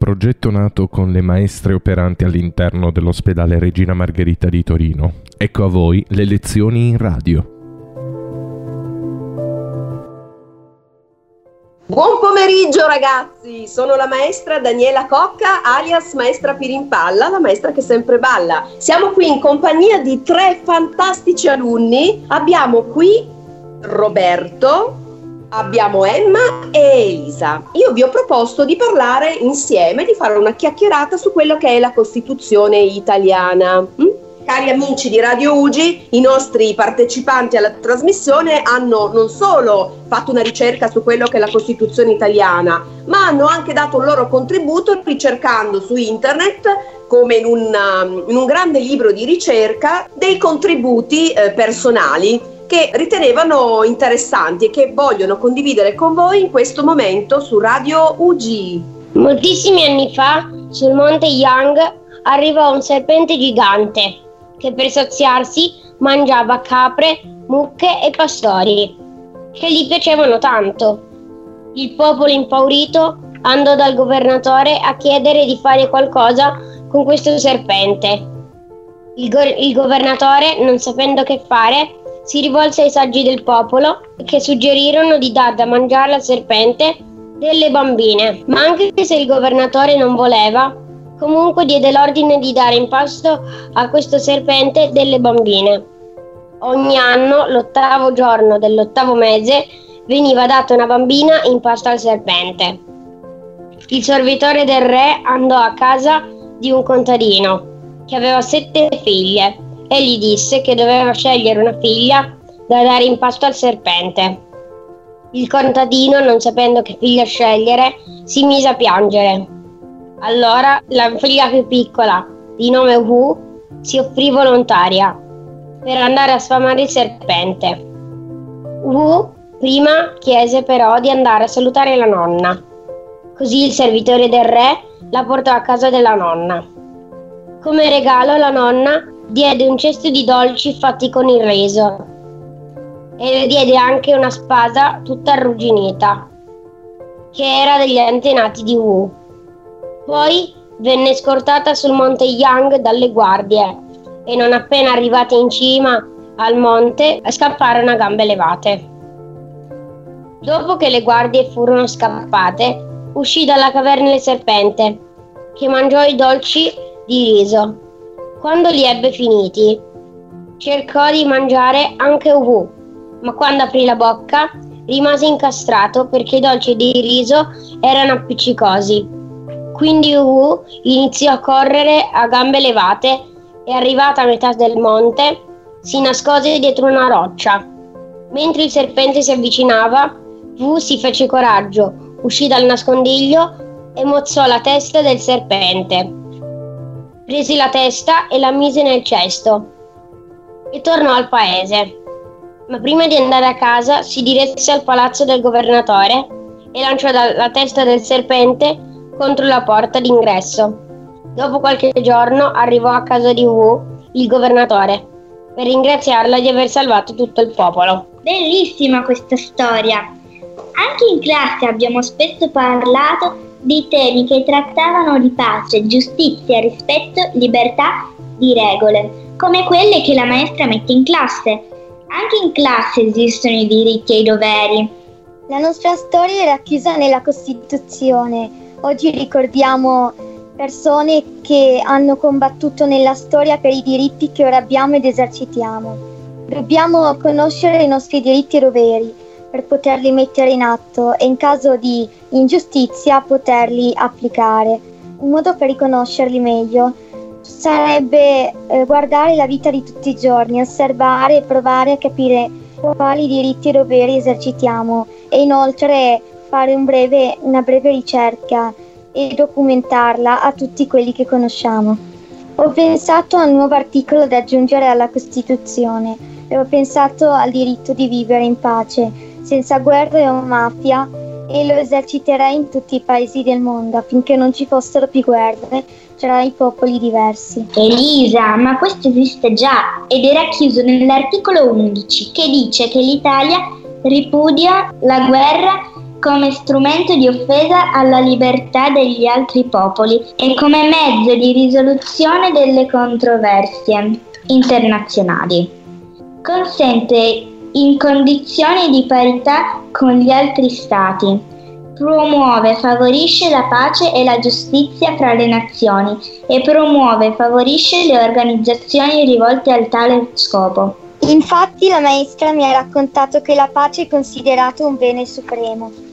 progetto nato con le maestre operanti all'interno dell'ospedale Regina Margherita di Torino. Ecco a voi le lezioni in radio. Buon pomeriggio ragazzi, sono la maestra Daniela Cocca, alias maestra Pirimpalla, la maestra che sempre balla. Siamo qui in compagnia di 3 fantastici alunni. Abbiamo qui Roberto, abbiamo Emma e Elisa. Io vi ho proposto di parlare insieme, di fare una chiacchierata su quello che è la Costituzione italiana. Cari amici di Radio UGI, i nostri partecipanti alla trasmissione hanno non solo fatto una ricerca su quello che è la Costituzione italiana, ma hanno anche dato un loro contributo ricercando su internet, come in un grande libro di ricerca, dei contributi personali che ritenevano interessanti e che vogliono condividere con voi in questo momento su Radio UGI. Moltissimi anni fa, sul monte Yang, arrivò un serpente gigante che per saziarsi mangiava capre, mucche e pastori, che gli piacevano tanto. Il popolo impaurito andò dal governatore a chiedere di fare qualcosa con questo serpente. Il governatore, non sapendo che fare, si rivolse ai saggi del popolo, che suggerirono di dar da mangiare al serpente delle bambine. Ma anche se il governatore non voleva, comunque diede l'ordine di dare in pasto a questo serpente delle bambine. Ogni anno, l'8° giorno dell'8° mese, veniva data una bambina in pasto al serpente. Il servitore del re andò a casa di un contadino che aveva 7 figlie e gli disse che doveva scegliere una figlia da dare in pasto al serpente. Il contadino, non sapendo che figlia scegliere, si mise a piangere. Allora la figlia più piccola, di nome Wu, si offrì volontaria per andare a sfamare il serpente. Wu prima chiese però di andare a salutare la nonna. Così il servitore del re la portò a casa della nonna. Come regalo la nonna diede un cesto di dolci fatti con il riso e le diede anche una spada tutta arrugginita, che era degli antenati di Wu. Poi venne scortata sul monte Yang dalle guardie e non appena arrivate in cima al monte scapparono a gambe levate. Dopo che le guardie furono scappate, uscì dalla caverna il serpente, che mangiò i dolci di riso. Quando li ebbe finiti, cercò di mangiare anche Wu, ma quando aprì la bocca rimase incastrato perché i dolci di riso erano appiccicosi. Quindi Wu iniziò a correre a gambe levate e, arrivata a metà del monte, si nascose dietro una roccia. Mentre il serpente si avvicinava, Wu si fece coraggio, uscì dal nascondiglio e mozzò la testa del serpente. Prese la testa e la mise nel cesto e tornò al paese. Ma prima di andare a casa si diresse al palazzo del governatore e lanciò la testa del serpente contro la porta d'ingresso. Dopo qualche giorno arrivò a casa di Wu il governatore per ringraziarla di aver salvato tutto il popolo. Bellissima questa storia! Anche in classe abbiamo spesso parlato di temi che trattavano di pace, giustizia, rispetto, libertà, di regole, come quelle che la maestra mette in classe. Anche in classe esistono i diritti e i doveri. La nostra storia è racchiusa nella Costituzione. Oggi ricordiamo persone che hanno combattuto nella storia per i diritti che ora abbiamo ed esercitiamo. Dobbiamo conoscere i nostri diritti e doveri per poterli mettere in atto e in caso di ingiustizia poterli applicare. Un modo per riconoscerli meglio sarebbe guardare la vita di tutti i giorni, osservare e provare a capire quali diritti e doveri esercitiamo e inoltre fare una breve ricerca e documentarla a tutti quelli che conosciamo. Ho pensato a un nuovo articolo da aggiungere alla Costituzione e ho pensato al diritto di vivere in pace, senza guerre o mafia, e lo eserciterei in tutti i paesi del mondo affinché non ci fossero più guerre tra i popoli diversi. Elisa, ma questo esiste già ed è racchiuso nell'articolo 11 che dice che l'Italia ripudia la guerra come strumento di offesa alla libertà degli altri popoli e come mezzo di risoluzione delle controversie internazionali. Consente in condizioni di parità con gli altri stati. Promuove e favorisce la pace e la giustizia fra le nazioni e promuove e favorisce le organizzazioni rivolte al tale scopo. Infatti la maestra mi ha raccontato che la pace è considerato un bene supremo.